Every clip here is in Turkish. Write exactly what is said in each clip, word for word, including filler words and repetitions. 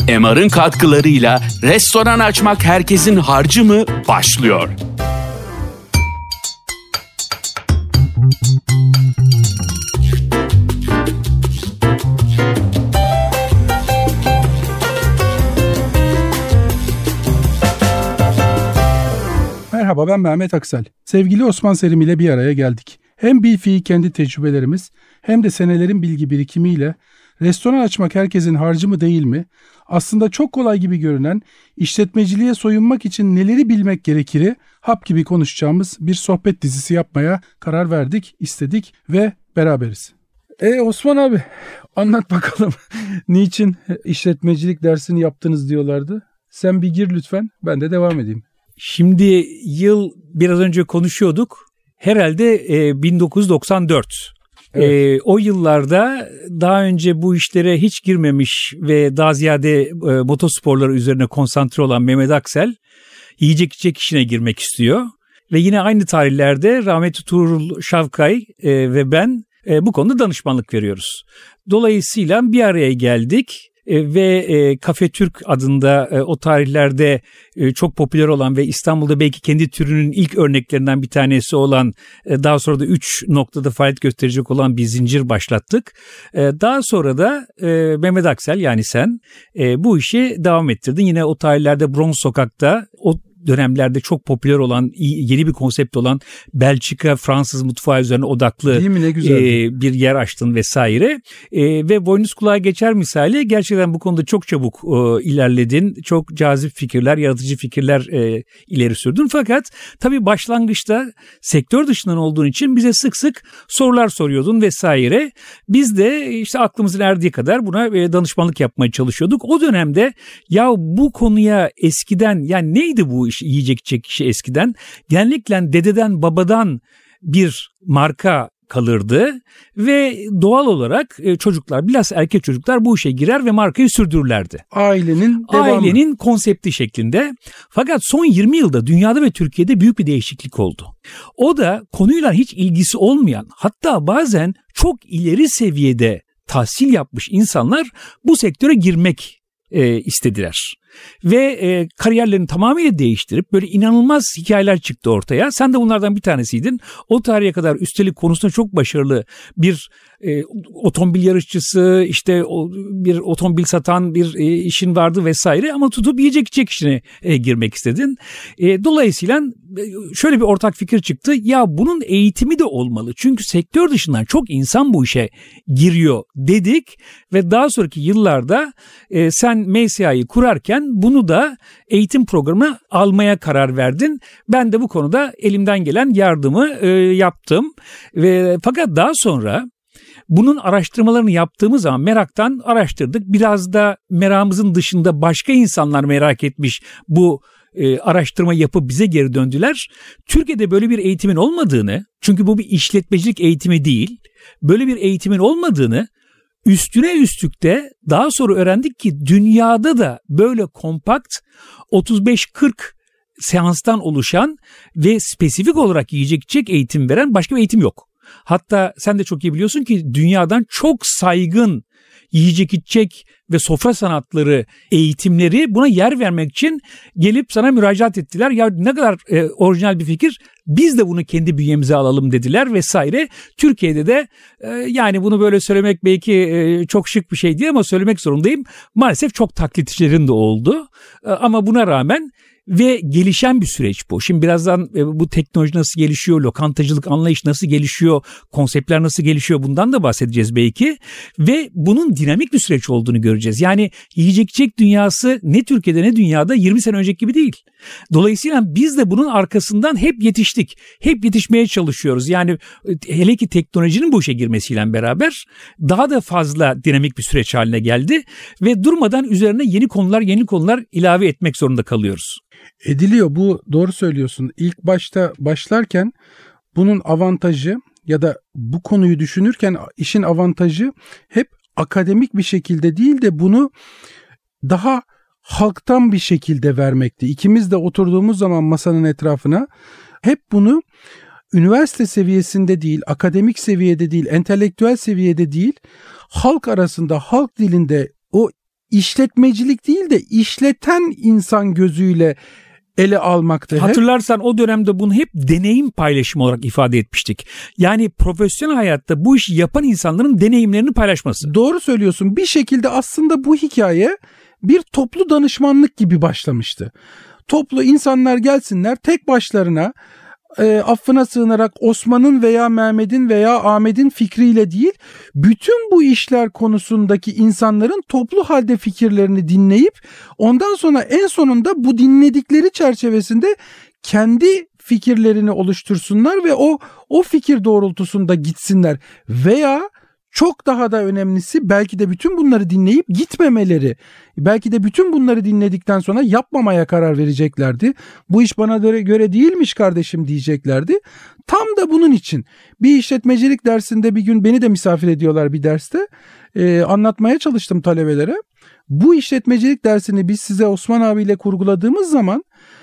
M R'ın katkılarıyla restoran açmak herkesin harcı mı başlıyor. Merhaba, ben Mehmet Aksel. Sevgili Osman Serim ile bir araya geldik. Hem bilfiil kendi tecrübelerimiz hem de senelerin bilgi birikimiyle restoran açmak herkesin harcı mı değil mi? Aslında çok kolay gibi görünen işletmeciliğe soyunmak için neleri bilmek gerekiri hap gibi konuşacağımız bir sohbet dizisi yapmaya karar verdik, istedik ve beraberiz. E Osman abi, anlat bakalım. Niçin işletmecilik dersini yaptınız diyorlardı. Sen bir gir lütfen, ben de devam edeyim. Şimdi yıl biraz önce konuşuyorduk. Herhalde e, bin dokuz yüz doksan dört. Evet. E, o yıllarda daha önce bu işlere hiç girmemiş ve daha ziyade e, motosporları üzerine konsantre olan Mehmet Aksel yiyecek içecek işine girmek istiyor. Ve yine aynı tarihlerde rahmetli Tuğrul Şavkay e, ve ben e, bu konuda danışmanlık veriyoruz. Dolayısıyla bir araya geldik. E, ve e, Cafe Türk adında e, o tarihlerde e, çok popüler olan ve İstanbul'da belki kendi türünün ilk örneklerinden bir tanesi olan e, daha sonra da üç noktada faaliyet gösterecek olan bir zincir başlattık. E, daha sonra da e, Mehmet Aksel yani sen e, bu işi devam ettirdin. Yine o tarihlerde Bronz Sokak'ta o dönemlerde çok popüler olan, yeni bir konsept olan Belçika, Fransız mutfağı üzerine odaklı e, bir yer açtın vesaire. E, ve boynuz kulağa geçer misali gerçekten bu konuda çok çabuk e, ilerledin. Çok cazip fikirler, yaratıcı fikirler e, ileri sürdün. Fakat tabii başlangıçta sektör dışından olduğun için bize sık sık sorular soruyordun vesaire. Biz de işte aklımızın erdiği kadar buna e, danışmanlık yapmaya çalışıyorduk. O dönemde ya bu konuya eskiden yani neydi bu iş? Yiyecek içecek kişi eskiden genellikle dededen babadan bir marka kalırdı ve doğal olarak çocuklar bilhassa erkek çocuklar bu işe girer ve markayı sürdürürlerdi. Ailenin devamı. Ailenin konsepti şeklinde. Fakat son yirmi yılda dünyada ve Türkiye'de büyük bir değişiklik oldu. O da konuyla hiç ilgisi olmayan hatta bazen çok ileri seviyede tahsil yapmış insanlar bu sektöre girmek e, istediler. Ve e, kariyerlerini tamamıyla değiştirip böyle inanılmaz hikayeler çıktı ortaya. Sen de bunlardan bir tanesiydin. O tarihe kadar üstelik konusunda çok başarılı bir e, otomobil yarışçısı, işte o, bir otomobil satan bir e, işin vardı vesaire ama tutup yiyecek içecek işine e, girmek istedin. E, dolayısıyla şöyle bir ortak fikir çıktı. Ya bunun eğitimi de olmalı. Çünkü sektör dışından çok insan bu işe giriyor dedik ve daha sonraki yıllarda e, sen M S A'yı kurarken bunu da eğitim programına almaya karar verdin. Ben de bu konuda elimden gelen yardımı e, yaptım. Ve fakat daha sonra bunun araştırmalarını yaptığımız zaman meraktan araştırdık. Biraz da meramızın dışında başka insanlar merak etmiş bu e, araştırma yapıp bize geri döndüler. Türkiye'de böyle bir eğitimin olmadığını, çünkü bu bir işletmecilik eğitimi değil, böyle bir eğitimin olmadığını üstüne üstlük de daha sonra öğrendik ki dünyada da böyle kompakt otuz beş kırk seanstan oluşan ve spesifik olarak yiyecek içecek eğitim veren başka bir eğitim yok. Hatta sen de çok iyi biliyorsun ki dünyadan çok saygın yiyecek içecek ve sofra sanatları eğitimleri buna yer vermek için gelip sana müracaat ettiler. Ya ne kadar e, orijinal bir fikir, biz de bunu kendi bünyemize alalım dediler vesaire. Türkiye'de de e, yani bunu böyle söylemek belki e, çok şık bir şey değil ama söylemek zorundayım. Maalesef çok taklitçilerin de oldu e, ama buna rağmen ve gelişen bir süreç bu. Şimdi birazdan bu teknoloji nasıl gelişiyor, lokantacılık anlayış nasıl gelişiyor, konseptler nasıl gelişiyor bundan da bahsedeceğiz belki. Ve bunun dinamik bir süreç olduğunu göreceğiz. Yani yiyecek içecek dünyası ne Türkiye'de ne dünyada yirmi sene önceki gibi değil. Dolayısıyla biz de bunun arkasından hep yetiştik. Hep yetişmeye çalışıyoruz. Yani hele ki teknolojinin bu işe girmesiyle beraber daha da fazla dinamik bir süreç haline geldi. Ve durmadan üzerine yeni konular yeni konular ilave etmek zorunda kalıyoruz. Ediliyor, bu doğru söylüyorsun. İlk başta başlarken bunun avantajı ya da bu konuyu düşünürken işin avantajı hep akademik bir şekilde değil de bunu daha halktan bir şekilde vermekti. İkimiz de oturduğumuz zaman masanın etrafına hep bunu üniversite seviyesinde değil, akademik seviyede değil, entelektüel seviyede değil, halk arasında, halk dilinde o işletmecilik değil de işleten insan gözüyle ele almaktı. Hatırlarsan o dönemde bunu hep deneyim paylaşımı olarak ifade etmiştik. Yani profesyonel hayatta bu işi yapan insanların deneyimlerini paylaşması. Doğru söylüyorsun. Bir şekilde aslında bu hikaye bir toplu danışmanlık gibi başlamıştı. Toplu insanlar gelsinler tek başlarına e, affına sığınarak Osman'ın veya Mehmet'in veya Ahmet'in fikriyle değil, bütün bu işler konusundaki insanların toplu halde fikirlerini dinleyip ondan sonra en sonunda bu dinledikleri çerçevesinde kendi fikirlerini oluştursunlar ve o o fikir doğrultusunda gitsinler veya çok daha da önemlisi belki de bütün bunları dinleyip gitmemeleri, belki de bütün bunları dinledikten sonra yapmamaya karar vereceklerdi. Bu iş bana göre, göre değilmiş kardeşim diyeceklerdi. Tam da bunun için bir işletmecilik dersinde bir gün beni de misafir ediyorlar bir derste. Ee, anlatmaya çalıştım talebelere. Bu işletmecilik dersini biz size Osman abiyle kurguladığımız zaman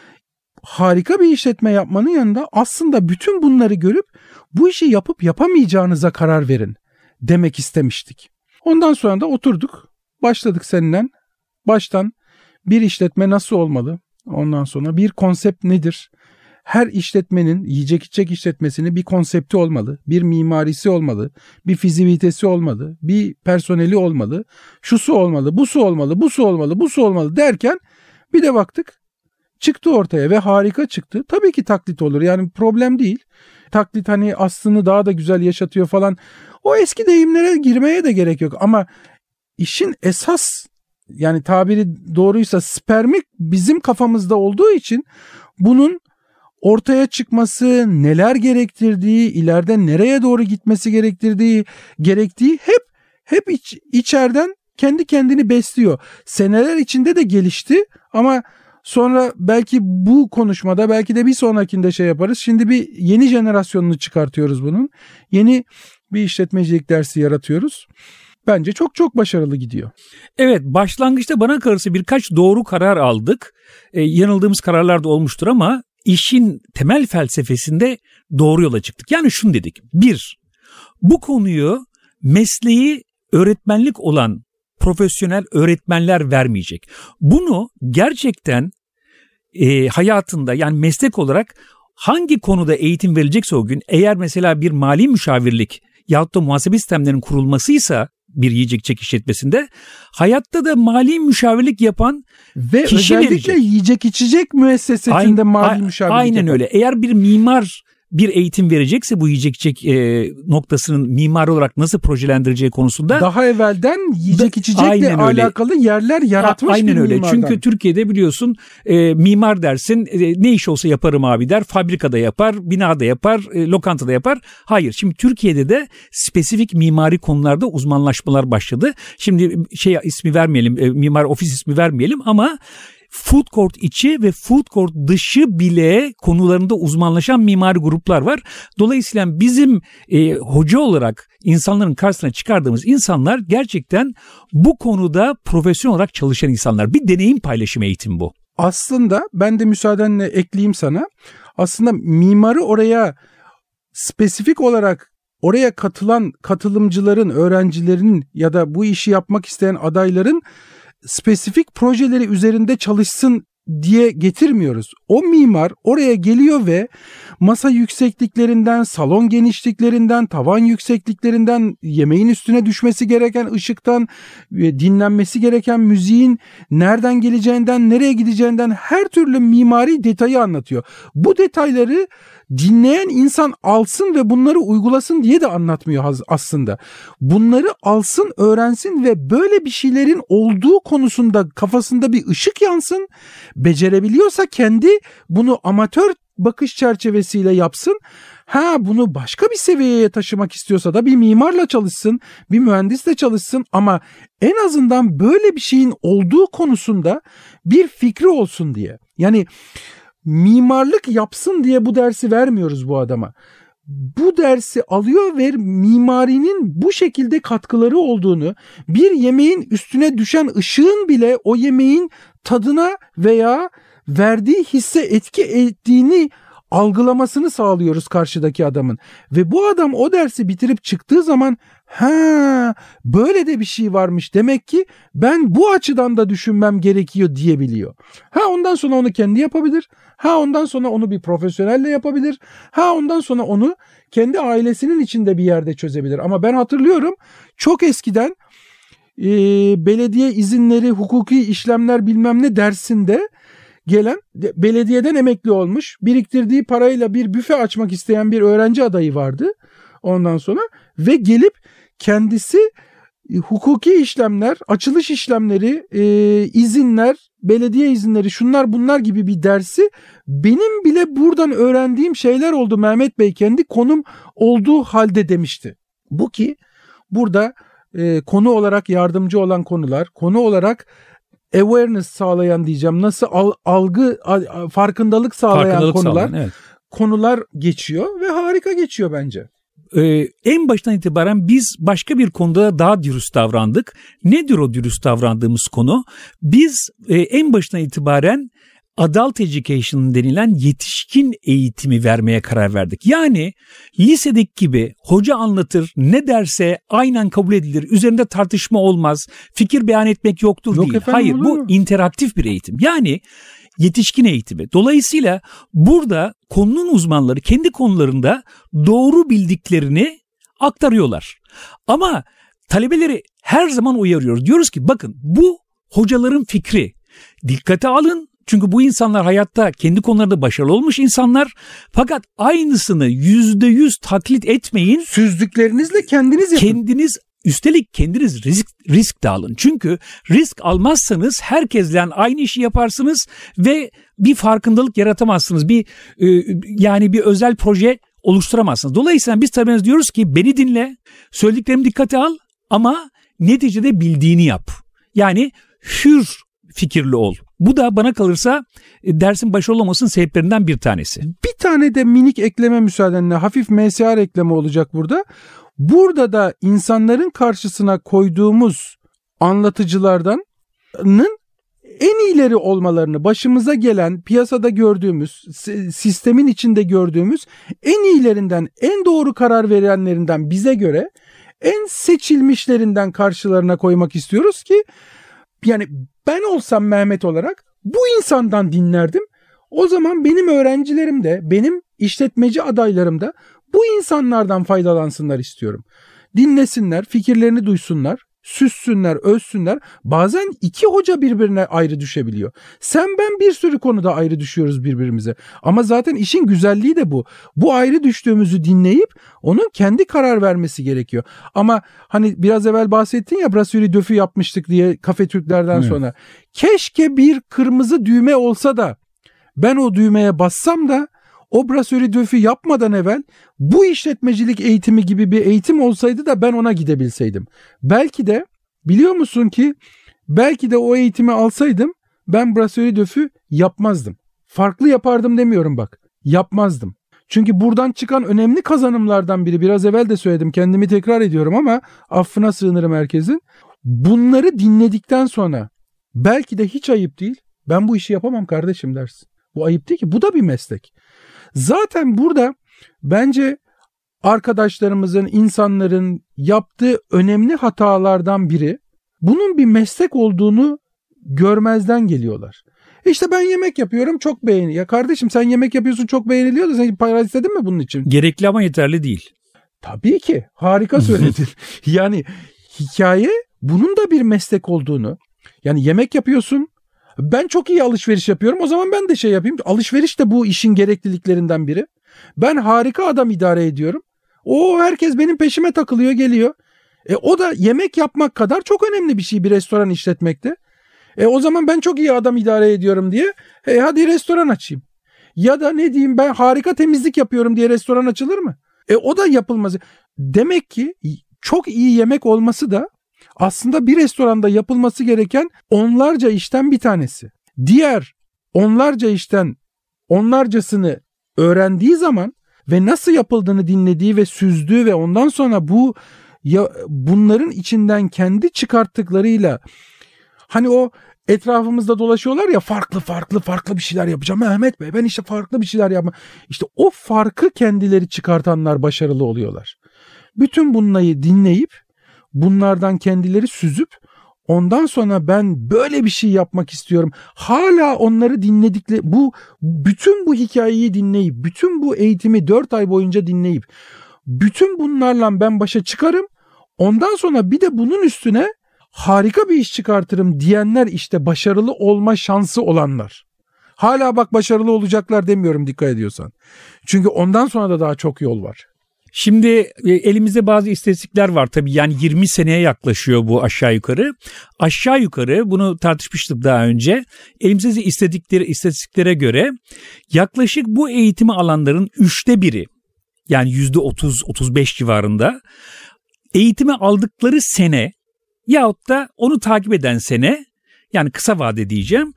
harika bir işletme yapmanın yanında aslında bütün bunları görüp bu işi yapıp yapamayacağınıza karar verin demek istemiştik. Ondan sonra da oturduk, başladık seninle. Baştan bir işletme nasıl olmalı? Ondan sonra bir konsept nedir? Her işletmenin, yiyecek içecek işletmesinin bir konsepti olmalı, bir mimarisi olmalı, bir fizibilitesi olmalı, bir personeli olmalı, şusu olmalı, busu olmalı, busu olmalı, busu olmalı derken bir de baktık çıktı ortaya ve harika çıktı. Tabii ki taklit olur, yani problem değil. Taklit hani aslını daha da güzel yaşatıyor falan. O eski deyimlere girmeye de gerek yok ama işin esas, yani tabiri doğruysa spermik bizim kafamızda olduğu için bunun ortaya çıkması, neler gerektirdiği, ileride nereye doğru gitmesi gerektirdiği, gerektiği hep hep iç, içeriden kendi kendini besliyor. Seneler içinde de gelişti ama sonra belki bu konuşmada, belki de bir sonrakinde şey yaparız. Şimdi bir yeni jenerasyonunu çıkartıyoruz bunun. Yeni bir işletmecilik dersi yaratıyoruz. Bence çok çok başarılı gidiyor. Evet, başlangıçta bana kalırsa birkaç doğru karar aldık. Ee, yanıldığımız kararlar da olmuştur ama işin temel felsefesinde doğru yola çıktık. Yani şunu dedik. Bir, bu konuyu mesleği öğretmenlik olan profesyonel öğretmenler vermeyecek. Bunu gerçekten e, hayatında, yani meslek olarak hangi konuda eğitim verilecekse o gün, eğer mesela bir mali müşavirlik yahut da muhasebe sistemlerinin kurulmasıysa bir yiyecek içecek işletmesinde, hayatta da mali müşavirlik yapan ve kişi özellikle verecek. Yiyecek içecek müessesesinde Aynen, mali müşavirlik aynen yapan. öyle. Eğer bir mimar bir eğitim verecekse bu yiyecek içecek e, noktasının mimar olarak nasıl projelendireceği konusunda daha evvelden yiyecek da, içecekle alakalı yerler yaratmış aynen bir öyle. mimardan. Çünkü Türkiye'de biliyorsun e, mimar dersin, e, ne iş olsa yaparım abi der. Fabrikada yapar, binada yapar, e, lokantada yapar. Hayır, şimdi Türkiye'de de spesifik mimari konularda uzmanlaşmalar başladı. Şimdi şey ismi vermeyelim, e, mimar ofis ismi vermeyelim ama food court içi ve food court dışı bile konularında uzmanlaşan mimari gruplar var. Dolayısıyla bizim e, hoca olarak insanların karşısına çıkardığımız insanlar gerçekten bu konuda profesyonel olarak çalışan insanlar. Bir deneyim paylaşımı eğitimi bu. Aslında ben de müsaadenle ekleyeyim sana. Aslında mimarı oraya spesifik olarak oraya katılan katılımcıların, öğrencilerin ya da bu işi yapmak isteyen adayların spesifik projeleri üzerinde çalışsın diye getirmiyoruz. O mimar oraya geliyor ve masa yüksekliklerinden, salon genişliklerinden, tavan yüksekliklerinden, yemeğin üstüne düşmesi gereken ışıktan, dinlenmesi gereken müziğin nereden geleceğinden, nereye gideceğinden her türlü mimari detayı anlatıyor. Bu detayları dinleyen insan alsın ve bunları uygulasın diye de anlatmıyor aslında. Bunları alsın, öğrensin ve böyle bir şeylerin olduğu konusunda kafasında bir ışık yansın. Becerebiliyorsa kendi bunu amatör bakış çerçevesiyle yapsın. Ha, bunu başka bir seviyeye taşımak istiyorsa da bir mimarla çalışsın, bir mühendisle çalışsın ama en azından böyle bir şeyin olduğu konusunda bir fikri olsun diye. Yani mimarlık yapsın diye bu dersi vermiyoruz bu adama. Bu dersi alıyor ve mimarinin bu şekilde katkıları olduğunu, bir yemeğin üstüne düşen ışığın bile o yemeğin tadına veya verdiği hisse etki ettiğini algılamasını sağlıyoruz karşıdaki adamın. Ve bu adam o dersi bitirip çıktığı zaman Ha, böyle de bir şey varmış. Demek ki ben bu açıdan da düşünmem gerekiyor diyebiliyor. Ha, ondan sonra onu kendi yapabilir. Ha, ondan sonra onu bir profesyonelle yapabilir. Ha, ondan sonra onu kendi ailesinin içinde bir yerde çözebilir. Ama ben hatırlıyorum çok eskiden e, belediye izinleri, hukuki işlemler bilmem ne dersinde gelen, belediyeden emekli olmuş, biriktirdiği parayla bir büfe açmak isteyen bir öğrenci adayı vardı. Ondan sonra ve gelip kendisi e, hukuki işlemler, açılış işlemleri, e, izinler, belediye izinleri, şunlar bunlar gibi bir dersi benim bile buradan öğrendiğim şeyler oldu Mehmet Bey, kendi konum olduğu halde demişti. Bu ki burada e, konu olarak yardımcı olan konular, konu olarak awareness sağlayan diyeceğim, nasıl al, algı, al, farkındalık sağlayan farkındalık konular, sağlayan, evet. konular geçiyor ve harika geçiyor bence. Ee, en baştan itibaren biz başka bir konuda daha dürüst davrandık. Nedir o dürüst davrandığımız konu? Biz e, en baştan itibaren adult education denilen yetişkin eğitimi vermeye karar verdik. Yani lisedeki gibi hoca anlatır, ne derse aynen kabul edilir, üzerinde tartışma olmaz, fikir beyan etmek yoktur Yok değil. Efendim, Hayır, bu mu? interaktif bir eğitim. Yani yetişkin eğitimi. Dolayısıyla burada konunun uzmanları kendi konularında doğru bildiklerini aktarıyorlar. Ama talebeleri her zaman uyarıyoruz. Diyoruz ki bakın, bu hocaların fikri. Dikkate alın. Çünkü bu insanlar hayatta kendi konularında başarılı olmuş insanlar. Fakat aynısını yüzde yüz taklit etmeyin. Süzdüklerinizle kendiniz yapın. Kendiniz, üstelik kendiniz risk, risk de alın. Çünkü risk almazsanız herkesle aynı işi yaparsınız ve bir farkındalık yaratamazsınız. Bir e, yani bir özel proje oluşturamazsınız. Dolayısıyla biz tabii diyoruz ki beni dinle, söylediklerimi dikkate al ama neticede bildiğini yap. Yani hür fikirli ol. Bu da bana kalırsa dersin başarılı olmasının sebeplerinden bir tanesi. Bir tane de minik ekleme müsaadenle, hafif M S R ekleme olacak burada. Burada da insanların karşısına koyduğumuz anlatıcılardanın en iyileri olmalarını, başımıza gelen, piyasada gördüğümüz, sistemin içinde gördüğümüz en iyilerinden, en doğru karar verenlerinden bize göre en seçilmişlerinden karşılarına koymak istiyoruz ki yani ben olsam Mehmet olarak bu insandan dinlerdim. O zaman benim öğrencilerim de, benim işletmeci adaylarım da bu insanlardan faydalansınlar istiyorum. Dinlesinler, fikirlerini duysunlar, süssünler, ölsünler. Bazen iki hoca birbirine ayrı düşebiliyor. Sen ben bir sürü konuda ayrı düşüyoruz birbirimize. Ama zaten işin güzelliği de bu. Bu ayrı düştüğümüzü dinleyip onun kendi karar vermesi gerekiyor. Ama hani biraz evvel bahsettin ya, Brasserie Döf'ü yapmıştık diye Kafe Türklerden evet. sonra. Keşke bir kırmızı düğme olsa da ben o düğmeye bassam da o Brasserie Döf'ü yapmadan evvel bu işletmecilik eğitimi gibi bir eğitim olsaydı da ben ona gidebilseydim. Belki de biliyor musun ki belki de o eğitimi alsaydım ben Brasserie Döf'ü yapmazdım. Farklı yapardım demiyorum bak. Yapmazdım. Çünkü buradan çıkan önemli kazanımlardan biri, biraz evvel de söyledim, kendimi tekrar ediyorum ama affına sığınırım herkesin. Bunları dinledikten sonra belki de hiç ayıp değil, ben bu işi yapamam kardeşim dersin. Bu ayıp değil ki, bu da bir meslek. Zaten burada bence arkadaşlarımızın, insanların yaptığı önemli hatalardan biri, bunun bir meslek olduğunu görmezden geliyorlar. İşte ben yemek yapıyorum, çok beğeniliyor. Ya kardeşim, sen yemek yapıyorsun, çok beğeniliyor da sen para istedin mi bunun için? Gerekli ama yeterli değil. Tabii ki, harika söyledin. Yani hikaye bunun da bir meslek olduğunu. Yani yemek yapıyorsun. Ben çok iyi alışveriş yapıyorum. O zaman ben de şey yapayım. Alışveriş de bu işin gerekliliklerinden biri. Ben harika adam idare ediyorum. O herkes benim peşime takılıyor, geliyor. E o da yemek yapmak kadar çok önemli bir şey bir restoran işletmekte. E o zaman ben çok iyi adam idare ediyorum diye e hadi restoran açayım. Ya da ne diyeyim, ben harika temizlik yapıyorum diye restoran açılır mı? E o da yapılmaz. Demek ki çok iyi yemek olması da aslında bir restoranda yapılması gereken onlarca işten bir tanesi. Diğer onlarca işten onlarcasını öğrendiği zaman ve nasıl yapıldığını dinlediği ve süzdüğü ve ondan sonra bu ya, bunların içinden kendi çıkarttıklarıyla, hani o etrafımızda dolaşıyorlar ya, farklı farklı farklı bir şeyler yapacağım Mehmet Bey, ben işte farklı bir şeyler yapmam. İşte o farkı kendileri çıkartanlar başarılı oluyorlar. Bütün bunları dinleyip bunlardan kendileri süzüp ondan sonra ben böyle bir şey yapmak istiyorum. Hala onları dinledikleri, bu bütün bu hikayeyi dinleyip, bütün bu eğitimi dört ay boyunca dinleyip, bütün bunlarla ben başa çıkarım. Ondan sonra bir de bunun üstüne harika bir iş çıkartırım diyenler işte başarılı olma şansı olanlar. Hala bak başarılı olacaklar demiyorum dikkat ediyorsan. Çünkü ondan sonra da daha çok yol var. Şimdi elimizde bazı istatistikler var tabii, yani yirmi seneye yaklaşıyor bu aşağı yukarı. Aşağı yukarı bunu tartışmıştık daha önce. Elimizde istatistiklere, istatistiklere göre yaklaşık bu eğitimi alanların üçte biri, yani yüzde otuz otuz beş civarında eğitimi aldıkları sene yahut da onu takip eden sene, yani kısa vade diyeceğim,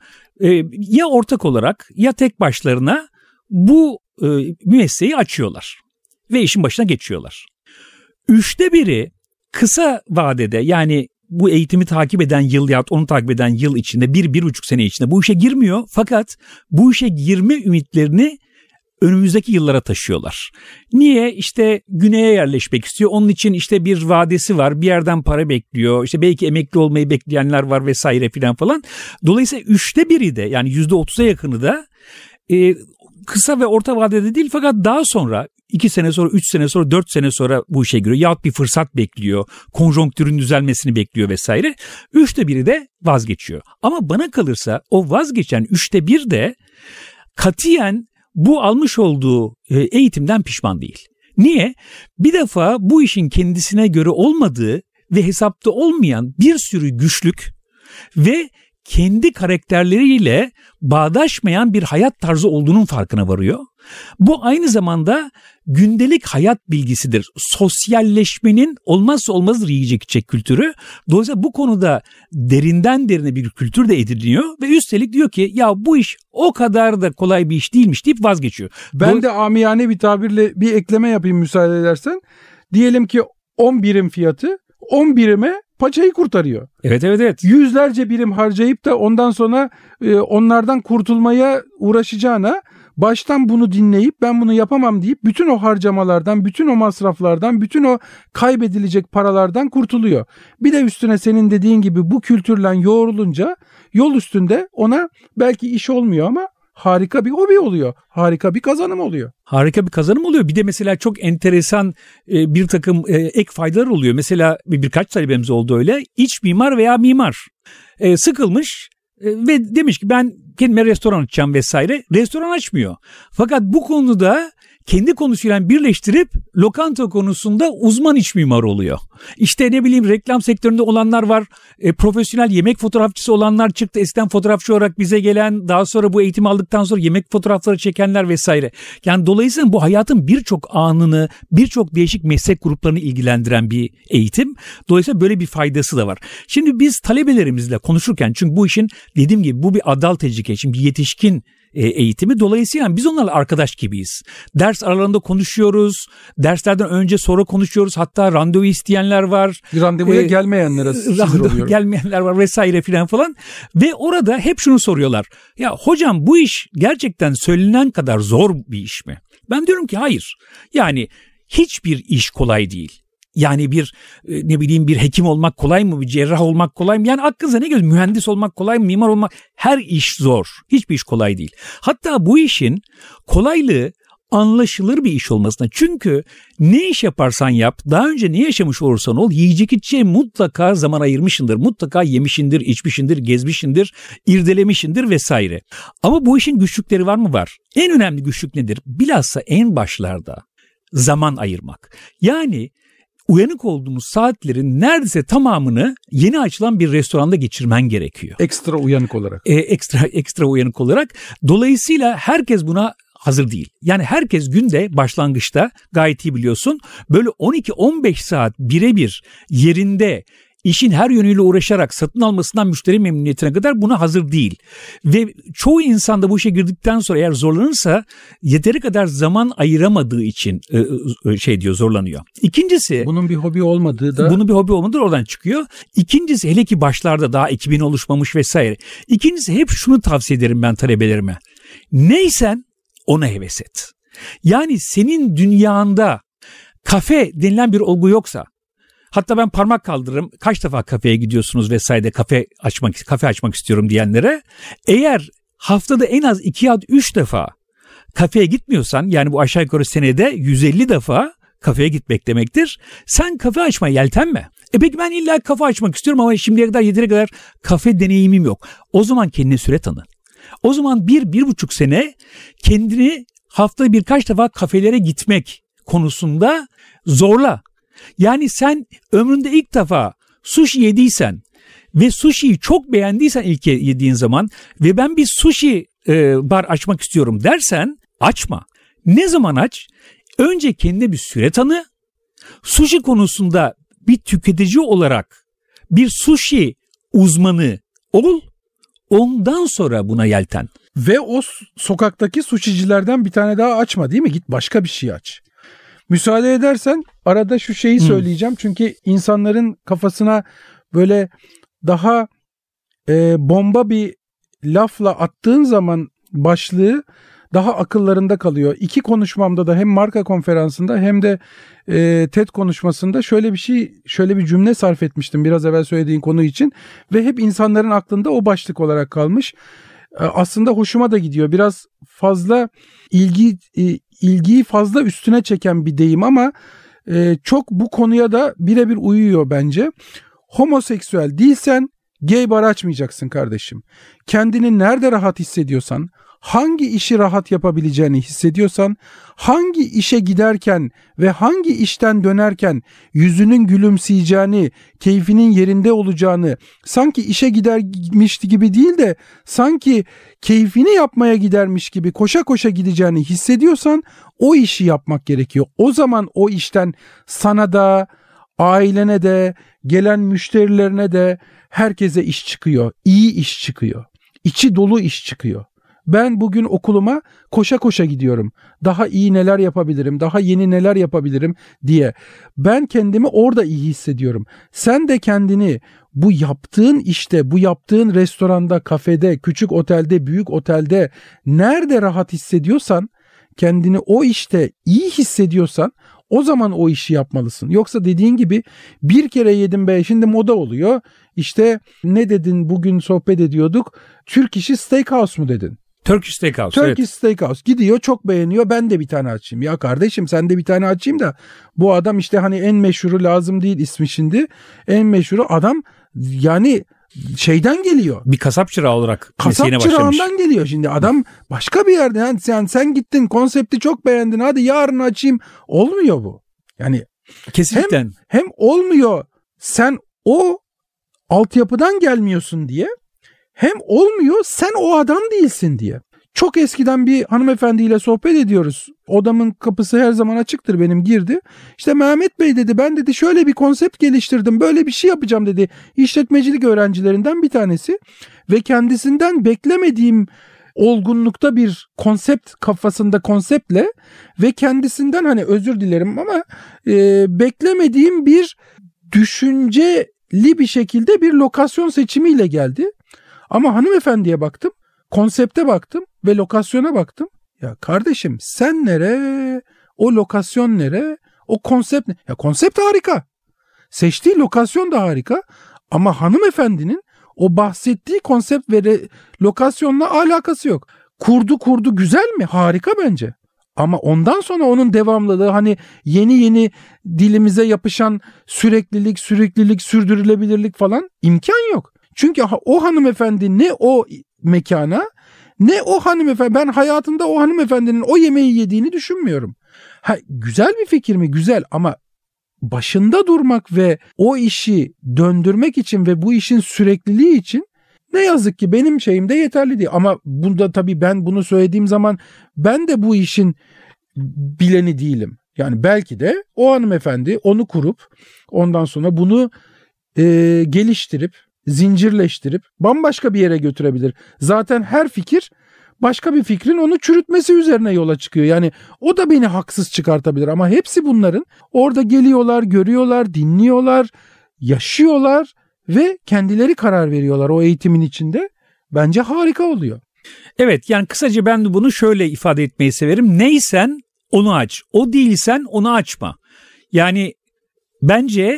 ya ortak olarak ya tek başlarına bu müesseseyi açıyorlar ve işin başına geçiyorlar. Üçte biri kısa vadede, yani bu eğitimi takip eden yıl ya onu takip eden yıl içinde, bir, bir buçuk sene içinde bu işe girmiyor. Fakat bu işe girme ümitlerini önümüzdeki yıllara taşıyorlar. Niye? İşte güneye yerleşmek istiyor. Onun için işte bir vadesi var. Bir yerden para bekliyor. İşte belki emekli olmayı bekleyenler var vesaire filan falan. Dolayısıyla üçte biri de, yani yüzde otuza yakını da e, kısa ve orta vadede değil, fakat daha sonra iki sene sonra, üç sene sonra, dört sene sonra bu işe giriyor. Yahut bir fırsat bekliyor. Konjonktürün düzelmesini bekliyor vesaire. Üçte biri de vazgeçiyor. Ama bana kalırsa o vazgeçen üçte bir de katiyen bu almış olduğu eğitimden pişman değil. Niye? Bir defa bu işin kendisine göre olmadığı ve hesapta olmayan bir sürü güçlük ve kendi karakterleriyle bağdaşmayan bir hayat tarzı olduğunun farkına varıyor. Bu aynı zamanda gündelik hayat bilgisidir. Sosyalleşmenin olmazsa olmazdır yiyecek içecek kültürü. Dolayısıyla bu konuda derinden derine bir kültür de ediniyor ve üstelik diyor ki ya bu iş o kadar da kolay bir iş değilmiş deyip vazgeçiyor. Ben Bu... de amiyane bir tabirle bir ekleme yapayım müsaade edersen. Diyelim ki on birim fiyatı on birime paçayı kurtarıyor. Evet evet evet. Yüzlerce birim harcayıp da ondan sonra e, onlardan kurtulmaya uğraşacağına baştan bunu dinleyip ben bunu yapamam deyip bütün o harcamalardan, bütün o masraflardan, bütün o kaybedilecek paralardan kurtuluyor. Bir de üstüne senin dediğin gibi bu kültürle yoğrulunca yol üstünde ona belki iş olmuyor ama harika bir hobi oluyor. Harika bir kazanım oluyor. Harika bir kazanım oluyor. Bir de mesela çok enteresan e, bir takım e, ek faydalar oluyor. Mesela bir, birkaç talebemiz oldu öyle. İç mimar veya mimar e, sıkılmış e, ve demiş ki ben kendime restoran açacağım vesaire. Restoran açmıyor. Fakat bu konuda kendi konusuyla birleştirip lokanta konusunda uzman iç mimar oluyor. İşte ne bileyim reklam sektöründe olanlar var, e, profesyonel yemek fotoğrafçısı olanlar çıktı. Eskiden fotoğrafçı olarak bize gelen, daha sonra bu eğitimi aldıktan sonra yemek fotoğrafları çekenler vesaire. Yani dolayısıyla bu hayatın birçok anını, birçok değişik meslek gruplarını ilgilendiren bir eğitim. Dolayısıyla böyle bir faydası da var. Şimdi biz talebelerimizle konuşurken, çünkü bu işin dediğim gibi bu bir adult education, bir yetişkin eğitimi. Dolayısıyla biz onlarla arkadaş gibiyiz. Ders aralarında konuşuyoruz. Derslerden önce sonra konuşuyoruz. Hatta randevu isteyenler var. Randevuya ee, gelmeyenlere sinir oluyor. Gelmeyenler var vesaire filan falan. Ve orada hep şunu soruyorlar. Ya hocam bu iş gerçekten söylenen kadar zor bir iş mi? Ben diyorum ki hayır. Yani hiçbir iş kolay değil. Yani bir ne bileyim bir hekim olmak kolay mı? Bir cerrah olmak kolay mı? Yani aklınıza ne geliyor? Mühendis olmak kolay mı? Mimar olmak? Her iş zor. Hiçbir iş kolay değil. Hatta bu işin kolaylığı anlaşılır bir iş olmasına. Çünkü ne iş yaparsan yap, daha önce ne yaşamış olursan ol, yiyecek içeceğe mutlaka zaman ayırmışındır. Mutlaka yemişindir, içmişindir, gezmişindir, irdelemişindir vesaire. Ama bu işin güçlükleri var mı? Var. En önemli güçlük nedir? Bilhassa en başlarda zaman ayırmak. Yani uyanık olduğumuz saatlerin neredeyse tamamını yeni açılan bir restoranda geçirmen gerekiyor. Ekstra uyanık olarak. Ee, ekstra ekstra uyanık olarak. Dolayısıyla herkes buna hazır değil. Yani herkes günde başlangıçta gayet iyi biliyorsun böyle on iki on beş saat birebir yerinde işin her yönüyle uğraşarak satın almasından müşteri memnuniyetine kadar buna hazır değil. Ve çoğu insan da bu işe girdikten sonra eğer zorlanırsa yeteri kadar zaman ayıramadığı için şey diyor zorlanıyor. İkincisi bunun bir hobi olmadığı da bunun bir hobi olmadığı oradan çıkıyor. İkincisi hele ki başlarda daha ekibin oluşmamış vesaire. İkincisi hep şunu tavsiye ederim ben talebelerime. Neysen ona heves et. Yani senin dünyanda kafe denilen bir olgu yoksa, Hatta ben parmak kaldırırım. Kaç defa kafeye gidiyorsunuz vesaire, kafe açmak kafe açmak istiyorum diyenlere. Eğer haftada en az iki ya da üç defa kafeye gitmiyorsan, yani bu aşağı yukarı senede yüz elli defa kafeye gitmek demektir. Sen kafe açmaya yeltenme. E peki ben illa kafe açmak istiyorum ama şimdiye kadar yeteri kadar kafe deneyimim yok. O zaman kendine süre tanı. O zaman bir, bir buçuk sene kendini haftada birkaç defa kafelere gitmek konusunda zorla. Yani sen ömründe ilk defa sushi yediysen ve sushi'yi çok beğendiysen ilk yediğin zaman ve ben bir sushi e, bar açmak istiyorum dersen açma. Ne zaman aç? Önce kendine bir süre tanı. Sushi konusunda bir tüketici olarak bir sushi uzmanı ol. Ondan sonra buna yelten. Ve o sokaktaki sushicilerden bir tane daha açma, değil mi? Git başka bir şey aç. Müsaade edersen arada şu şeyi söyleyeceğim. Hmm. Çünkü insanların kafasına böyle daha e, bomba bir lafla attığın zaman başlığı daha akıllarında kalıyor. İki konuşmamda da hem marka konferansında hem de e, TED konuşmasında şöyle bir şey, şöyle bir cümle sarf etmiştim biraz evvel söylediğin konu için ve hep insanların aklında o başlık olarak kalmış. E, aslında hoşuma da gidiyor. Biraz fazla ilgi e, ilgiyi fazla üstüne çeken bir deyim ama e, çok bu konuya da birebir uyuyor bence. Homoseksüel değilsen gay bar açmayacaksın kardeşim. Kendini nerede rahat hissediyorsan, hangi işi rahat yapabileceğini hissediyorsan, hangi işe giderken ve hangi işten dönerken yüzünün gülümseyeceğini, keyfinin yerinde olacağını, sanki işe gidermiş gibi değil de sanki keyfini yapmaya gidermiş gibi koşa koşa gideceğini hissediyorsan o işi yapmak gerekiyor. O zaman o işten sana da, ailene de, gelen müşterilerine de herkese iş çıkıyor. İyi iş çıkıyor. İçi dolu iş çıkıyor. Ben bugün okuluma koşa koşa gidiyorum. Daha iyi neler yapabilirim, daha yeni neler yapabilirim diye. Ben kendimi orada iyi hissediyorum. Sen de kendini bu yaptığın işte, bu yaptığın restoranda, kafede, küçük otelde, büyük otelde nerede rahat hissediyorsan, kendini o işte iyi hissediyorsan o zaman o işi yapmalısın. Yoksa dediğin gibi bir kere yedim be, şimdi moda oluyor. İşte ne dedin, bugün sohbet ediyorduk. Türk işi steakhouse mu dedin? Turkish Steakhouse. Turkish evet. Steakhouse gidiyor, çok beğeniyor, ben de bir tane açayım. Ya kardeşim sen de bir tane açayım da bu adam işte hani en meşhuru, lazım değil ismi şimdi. En meşhuru adam yani şeyden geliyor. Bir kasap çırağı olarak kasap çırağından geliyor şimdi. Adam başka bir yerde, yani sen, sen gittin konsepti çok beğendin, hadi yarın açayım. Olmuyor bu. Yani kesinlikle. Hem, hem olmuyor sen o altyapıdan gelmiyorsun diye, hem olmuyor sen o adam değilsin diye. Çok eskiden bir hanımefendiyle sohbet ediyoruz. Odamın kapısı her zaman açıktır benim, girdi. İşte Mehmet Bey dedi, ben dedi şöyle bir konsept geliştirdim, böyle bir şey yapacağım dedi. İşletmecilik öğrencilerinden bir tanesi ve kendisinden beklemediğim olgunlukta bir konsept, kafasında konseptle ve kendisinden hani özür dilerim ama e, beklemediğim bir düşünceli bir şekilde bir lokasyon seçimiyle geldi. Ama hanımefendiye baktım, konsepte baktım ve lokasyona baktım. Ya kardeşim sen nere? O lokasyon nere? O konsept ne? Ya konsept harika. Seçtiği lokasyon da harika. Ama hanımefendinin o bahsettiği konsept ve re- lokasyonla alakası yok. Kurdu kurdu güzel mi? Harika bence. Ama ondan sonra onun devamlılığı, hani yeni yeni dilimize yapışan süreklilik, süreklilik, sürdürülebilirlik falan imkan yok. Çünkü o hanımefendi ne o mekana ne o hanımefendi, ben hayatımda o hanımefendinin o yemeği yediğini düşünmüyorum. Ha, güzel bir fikir mi? Güzel, ama başında durmak ve o işi döndürmek için ve bu işin sürekliliği için ne yazık ki benim şeyimde yeterli değil. Ama bunda tabii ben bunu söylediğim zaman ben de bu işin bileni değilim. Yani belki de o hanımefendi onu kurup ondan sonra bunu e, geliştirip zincirleştirip bambaşka bir yere götürebilir. Zaten her fikir başka bir fikrin onu çürütmesi üzerine yola çıkıyor. Yani o da beni haksız çıkartabilir ama hepsi bunların orada geliyorlar, görüyorlar, dinliyorlar, yaşıyorlar ve kendileri karar veriyorlar o eğitimin içinde. Bence harika oluyor. Evet, yani kısaca ben de bunu şöyle ifade etmeyi severim. Neysen onu aç. O değilsen onu açma. Yani bence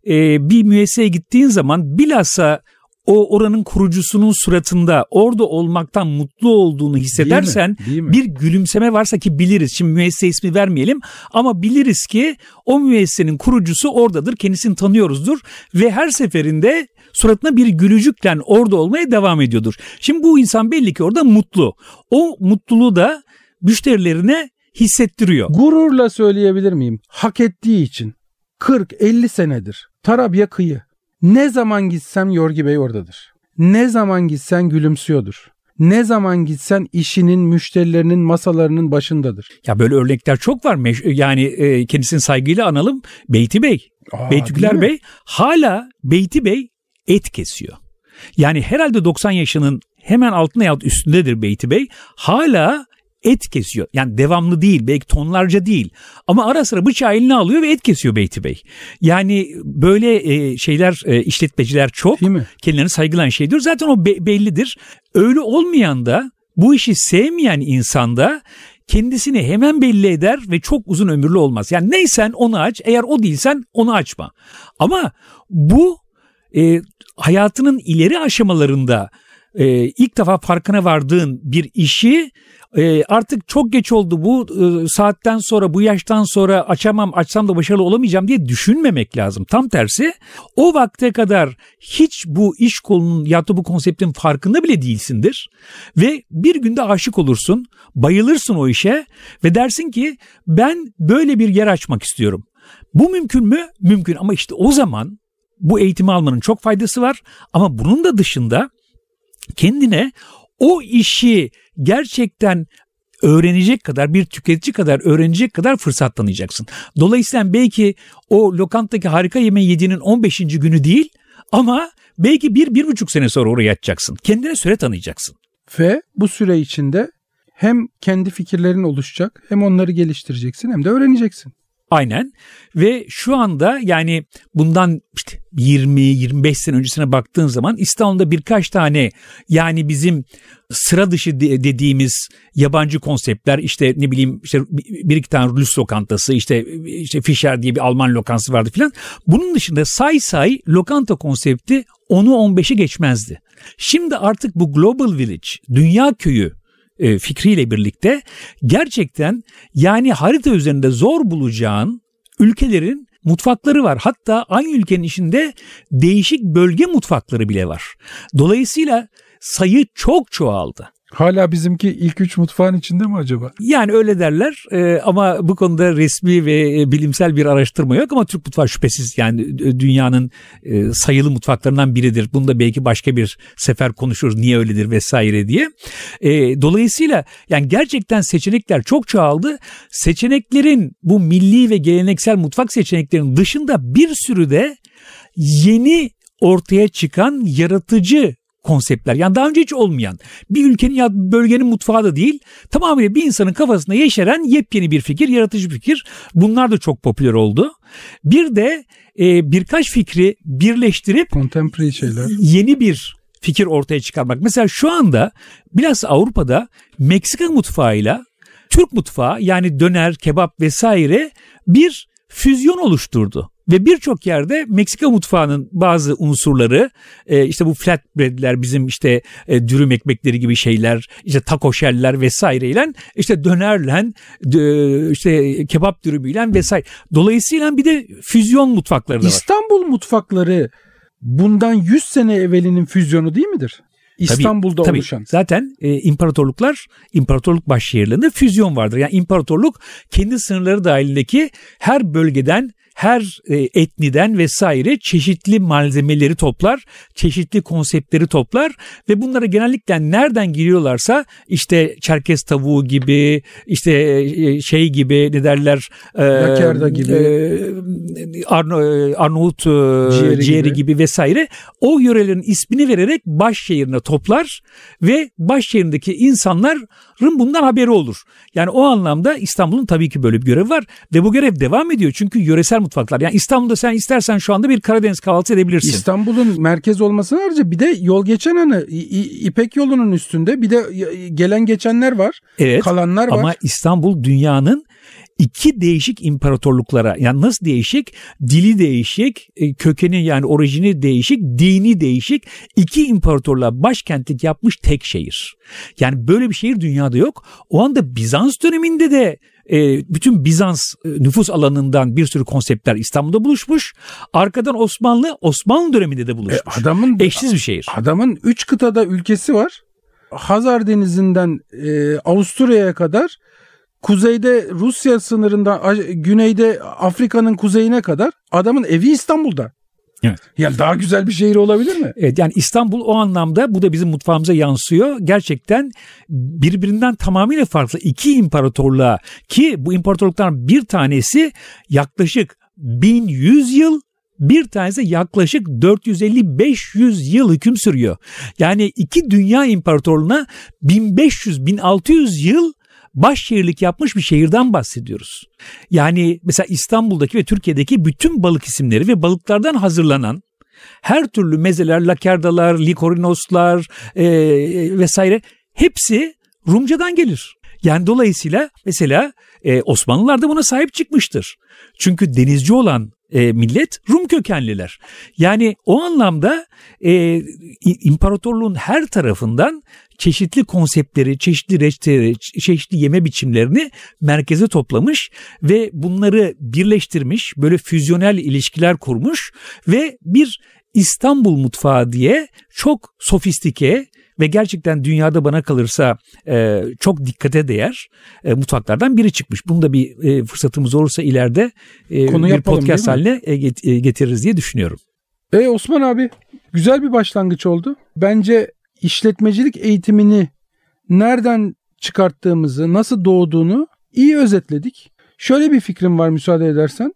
e, bir müesseseye gittiğin zaman bilhassa o oranın kurucusunun suratında orada olmaktan mutlu olduğunu hissedersen, Değil mi? Değil mi? bir gülümseme varsa ki biliriz. Şimdi müessese ismi vermeyelim ama biliriz ki o müessesenin kurucusu oradadır. Kendisini tanıyoruzdur ve her seferinde suratına bir gülücükle orada olmaya devam ediyordur. Şimdi bu insan belli ki orada mutlu. O mutluluğu da müşterilerine hissettiriyor. Gururla söyleyebilir miyim? Hak ettiği için kırk elli senedir Tarabya kıyı. Ne zaman gitsem Yorgi Bey oradadır. Ne zaman gitsen gülümsüyordur. Ne zaman gitsen işinin, müşterilerinin masalarının başındadır. Ya böyle örnekler çok var. Yani e, kendisini saygıyla analım. Beyti Bey, Aa, Beytükler Bey hala Beyti Bey et kesiyor. Yani herhalde doksan yaşının hemen altında yahut üstündedir Beyti Bey. Hala et kesiyor. Yani devamlı değil, belki tonlarca değil. Ama ara sıra bıçağı eline alıyor ve et kesiyor Beyti Bey. Yani böyle e, şeyler, e, işletmeciler çok. Kendilerini saygılayan şey diyor. Zaten o be- bellidir. Öyle olmayan da, bu işi sevmeyen insan da kendisini hemen belli eder ve çok uzun ömürlü olmaz. Yani neysen onu aç, eğer o değilsen onu açma. Ama bu e, hayatının ileri aşamalarında e, ilk defa farkına vardığın bir işi e, artık çok geç oldu, bu e, saatten sonra, bu yaştan sonra açamam, açsam da başarılı olamayacağım diye düşünmemek lazım. Tam tersi, o vakte kadar hiç bu iş kolunun ya da bu konseptin farkında bile değilsindir ve bir günde aşık olursun, bayılırsın o işe ve dersin ki ben böyle bir yer açmak istiyorum. Bu mümkün mü? Mümkün, ama işte o zaman bu eğitimi almanın çok faydası var. Ama bunun da dışında kendine o işi gerçekten öğrenecek kadar, bir tüketici kadar öğrenecek kadar fırsat tanıyacaksın. Dolayısıyla belki o lokantadaki harika yemeği yediğinin on beşinci günü değil, ama belki bir, bir buçuk sene sonra oraya açacaksın. Kendine süre tanıyacaksın. Ve bu süre içinde hem kendi fikirlerin oluşacak, hem onları geliştireceksin, hem de öğreneceksin. Aynen. Ve şu anda yani bundan işte yirmi yirmi beş sene öncesine baktığın zaman İstanbul'da birkaç tane, yani bizim sıra dışı dediğimiz yabancı konseptler, işte ne bileyim işte bir iki tane Rus lokantası, işte işte Fischer diye bir Alman lokantası vardı filan. Bunun dışında say say lokanta konsepti onu on beşi geçmezdi. Şimdi artık bu Global Village, dünya köyü E, fikriyle birlikte gerçekten yani harita üzerinde zor bulacağın ülkelerin mutfakları var. Hatta aynı ülkenin içinde değişik bölge mutfakları bile var. Dolayısıyla sayı çok çoğaldı. Hala bizimki ilk üç mutfağın içinde mi acaba? Yani öyle derler ee, ama bu konuda resmi ve bilimsel bir araştırma yok, ama Türk mutfağı şüphesiz yani dünyanın e, sayılı mutfaklarından biridir. Bunu da belki başka bir sefer konuşuruz, niye öyledir vesaire diye. E, dolayısıyla yani gerçekten seçenekler çok çoğaldı. Seçeneklerin, bu milli ve geleneksel mutfak seçeneklerinin dışında bir sürü de yeni ortaya çıkan yaratıcı konseptler, yani daha önce hiç olmayan, bir ülkenin ya bölgenin mutfağı da değil, tamamıyla bir insanın kafasında yeşeren yepyeni bir fikir, yaratıcı fikir. Bunlar da çok popüler oldu. Bir de e, birkaç fikri birleştirip contemporary şeyler, yeni bir fikir ortaya çıkarmak. Mesela şu anda biraz Avrupa'da Meksika mutfağıyla Türk mutfağı, yani döner, kebap vesaire bir füzyon oluşturdu. Ve birçok yerde Meksika mutfağının bazı unsurları, e, işte bu flatbread'ler, bizim işte e, dürüm ekmekleri gibi şeyler, işte taco shell'ler vesaireyle, işte dönerle, e, işte kebap dürümüyle vesaire. Dolayısıyla bir de füzyon mutfakları da var. İstanbul mutfakları bundan yüz sene evvelinin füzyonu değil midir? İstanbul'da tabii, oluşan. Tabii. Zaten e, imparatorluklar, imparatorluk başşehirlerinde füzyon vardır. Yani imparatorluk kendi sınırları dahilindeki her bölgeden, her e, etniden vesaire çeşitli malzemeleri toplar, çeşitli konseptleri toplar ve bunlara genellikle nereden giriyorlarsa, işte Çerkez tavuğu gibi, işte e, şey gibi, ne derler, e, Lakerda gibi, e, Arno, Arnavut e, ciğeri, ciğeri gibi. gibi vesaire, o yörelerin ismini vererek başşehirine toplar ve başşehrindeki insanların bundan haberi olur. Yani o anlamda İstanbul'un tabii ki böyle bir görevi var ve bu görev devam ediyor çünkü yöresel mutfaklar. Yani İstanbul'da sen istersen şu anda bir Karadeniz kahvaltısı edebilirsin. İstanbul'un merkez olmasına harca bir de yol geçen anı İpek yolunun üstünde bir de gelen geçenler var. Evet, kalanlar var. Ama İstanbul dünyanın iki değişik imparatorluklara, yani nasıl değişik? Dili değişik, kökeni yani orijini değişik, dini değişik iki imparatorluğa başkentlik yapmış tek şehir. Yani böyle bir şehir dünyada yok. O anda Bizans döneminde de e, bütün Bizans e, nüfus alanından bir sürü konseptler İstanbul'da buluşmuş. Arkadan Osmanlı, Osmanlı döneminde de buluşmuş. E, adamın, eşsiz bir şehir. Adamın üç kıtada ülkesi var. Hazar Denizi'nden e, Avusturya'ya kadar, kuzeyde Rusya sınırından güneyde Afrika'nın kuzeyine kadar adamın evi İstanbul'da. Evet. Yani daha güzel bir şehir olabilir mi? Evet, yani İstanbul o anlamda, bu da bizim mutfağımıza yansıyor. Gerçekten birbirinden tamamıyla farklı iki imparatorluğa, ki bu imparatorluktan bir tanesi yaklaşık bin yüz yıl, bir tanesi yaklaşık dört yüz elli beş yüz yıl hüküm sürüyor. Yani iki dünya imparatorluğuna bin beş yüz bin altı yüz yıl başşehirlik yapmış bir şehirden bahsediyoruz. Yani mesela İstanbul'daki ve Türkiye'deki bütün balık isimleri ve balıklardan hazırlanan her türlü mezeler, lakerdalar, likorinoslar e, vesaire hepsi Rumcadan gelir. Yani dolayısıyla mesela e, Osmanlılar da buna sahip çıkmıştır. Çünkü denizci olan e, millet Rum kökenliler. Yani o anlamda e, imparatorluğun her tarafından çeşitli konseptleri, çeşitli reçeteleri, çeşitli yeme biçimlerini merkeze toplamış ve bunları birleştirmiş, böyle füzyonel ilişkiler kurmuş ve bir İstanbul mutfağı diye çok sofistike ve gerçekten dünyada bana kalırsa e, çok dikkate değer e, mutfaklardan biri çıkmış. Bunu da bir e, fırsatımız olursa ileride e, bir yapalım, podcast haline e, getiririz diye düşünüyorum. E Osman abi, güzel bir başlangıç oldu. Bence işletmecilik eğitimini nereden çıkarttığımızı, nasıl doğduğunu iyi özetledik. Şöyle bir fikrim var, müsaade edersen.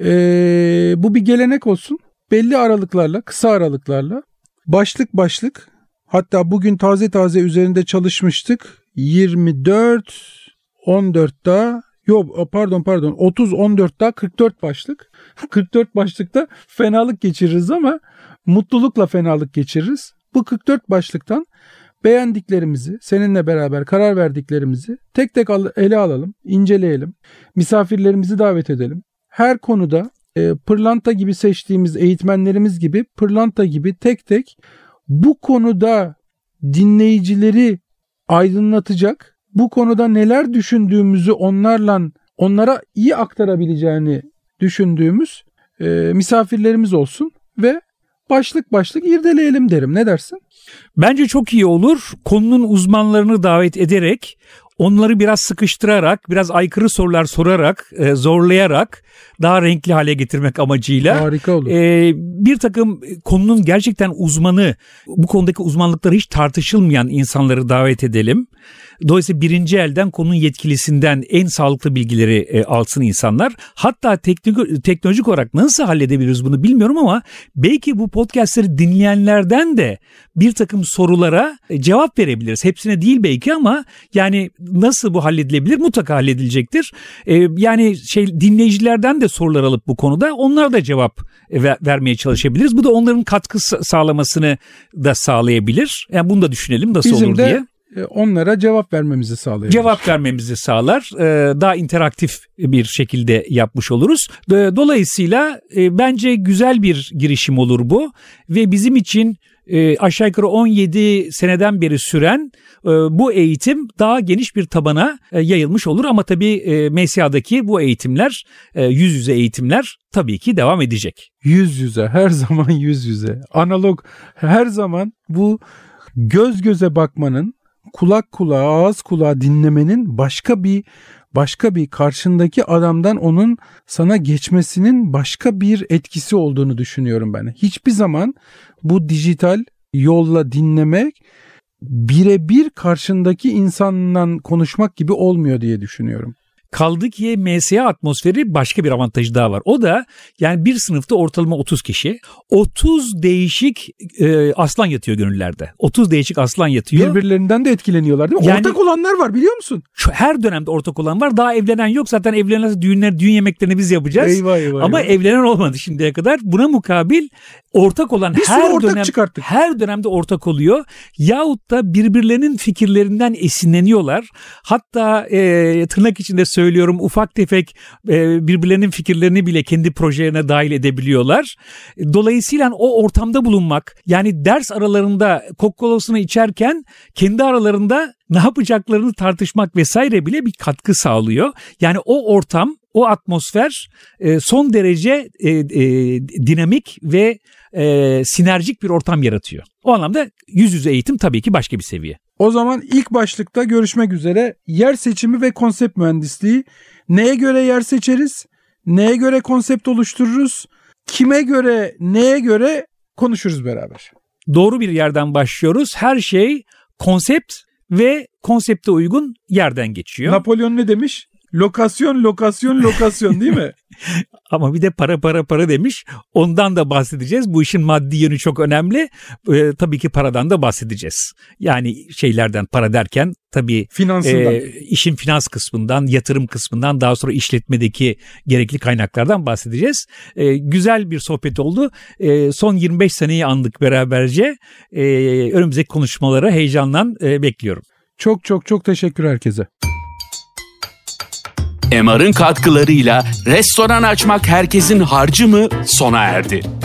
E, bu bir gelenek olsun. Belli aralıklarla, kısa aralıklarla başlık başlık, hatta bugün taze taze üzerinde çalışmıştık. yirmi dört on dörtte yok pardon pardon otuz on dörtte kırk dört başlık. kırk dört başlıkta fenalık geçiririz ama mutlulukla fenalık geçiririz. Bu kırk dört başlıktan beğendiklerimizi, seninle beraber karar verdiklerimizi tek tek ele alalım, inceleyelim. Misafirlerimizi davet edelim. Her konuda e, pırlanta gibi seçtiğimiz eğitmenlerimiz gibi pırlanta gibi tek tek bu konuda dinleyicileri aydınlatacak, bu konuda neler düşündüğümüzü onlarla onlara iyi aktarabileceğini düşündüğümüz e, misafirlerimiz olsun ve başlık başlık irdeleyelim derim. Ne dersin? Bence çok iyi olur. Konunun uzmanlarını davet ederek, onları biraz sıkıştırarak, biraz aykırı sorular sorarak, e, zorlayarak daha renkli hale getirmek amacıyla. Harika olur. E, bir takım konunun gerçekten uzmanı, bu konudaki uzmanlıkları hiç tartışılmayan insanları davet edelim. Dolayısıyla birinci elden konunun yetkilisinden en sağlıklı bilgileri e, alsın insanlar. Hatta teknik, teknolojik olarak nasıl halledebiliriz bunu bilmiyorum ama belki bu podcastleri dinleyenlerden de bir takım sorulara e, cevap verebiliriz. Hepsine değil belki ama yani nasıl bu halledilebilir? Mutlaka halledilecektir. E, yani şey dinleyicilerden de sorular alıp bu konuda onlar da cevap e, ver, vermeye çalışabiliriz. Bu da onların katkı sağlamasını da sağlayabilir. Yani bunu da düşünelim nasıl Bizim olur de diye. Onlara cevap vermemizi sağlayabilir. Cevap vermemizi sağlar. Daha interaktif bir şekilde yapmış oluruz. Dolayısıyla bence güzel bir girişim olur bu. Ve bizim için aşağı yukarı on yedi seneden beri süren bu eğitim daha geniş bir tabana yayılmış olur. Ama tabii M S A'daki bu eğitimler, yüz yüze eğitimler tabii ki devam edecek. Yüz yüze, her zaman yüz yüze. Analog, her zaman bu göz göze bakmanın, kulak kulağa, ağız kulağa dinlemenin başka bir başka bir karşındaki adamdan onun sana geçmesinin başka bir etkisi olduğunu düşünüyorum ben. Hiçbir zaman bu dijital yolla dinlemek birebir karşındaki insanla konuşmak gibi olmuyor diye düşünüyorum. Kaldı ki M S A atmosferi başka bir avantajı daha var. O da yani bir sınıfta ortalama otuz kişi. otuz değişik e, aslan yatıyor gönüllerde. otuz değişik aslan yatıyor. Birbirlerinden de etkileniyorlar değil mi? Yani, ortak olanlar var biliyor musun? Şu, her dönemde ortak olan var. Daha evlenen yok. Zaten evlenen düğünler, düğün yemeklerini biz yapacağız. Eyvah, eyvah, Ama eyvah. evlenen olmadı şimdiye kadar. Buna mukabil ortak olan bir her ortak dönem çıkarttık. her dönemde ortak oluyor. Yahut da birbirlerinin fikirlerinden esinleniyorlar. Hatta e, tırnak içinde söylüyorum. söylüyorum, ufak tefek e, birbirlerinin fikirlerini bile kendi projelerine dahil edebiliyorlar. Dolayısıyla o ortamda bulunmak, yani ders aralarında Coca-Cola'sını içerken kendi aralarında ne yapacaklarını tartışmak vesaire bile bir katkı sağlıyor. Yani o ortam, o atmosfer e, son derece e, e, dinamik ve e, sinerjik bir ortam yaratıyor. O anlamda yüz yüze eğitim tabii ki başka bir seviye. O zaman ilk başlıkta görüşmek üzere. Yer seçimi ve konsept mühendisliği. Neye göre yer seçeriz? Neye göre konsept oluştururuz? Kime göre, neye göre konuşuruz beraber. Doğru bir yerden başlıyoruz. Her şey konsept ve konsepte uygun yerden geçiyor. Napolyon ne demiş? Lokasyon, lokasyon, lokasyon değil mi? Ama bir de para para para demiş. Ondan da bahsedeceğiz. Bu işin maddi yönü çok önemli. Ee, tabii ki paradan da bahsedeceğiz. Yani şeylerden, para derken tabii e, işin finans kısmından, yatırım kısmından, daha sonra işletmedeki gerekli kaynaklardan bahsedeceğiz. E, güzel bir sohbet oldu. E, son yirmi beş seneyi andık beraberce. E, önümüzdeki konuşmaları heyecanla e, bekliyorum. Çok çok çok teşekkür herkese. M R'ın katkılarıyla restoran açmak herkesin harcı mı sona erdi.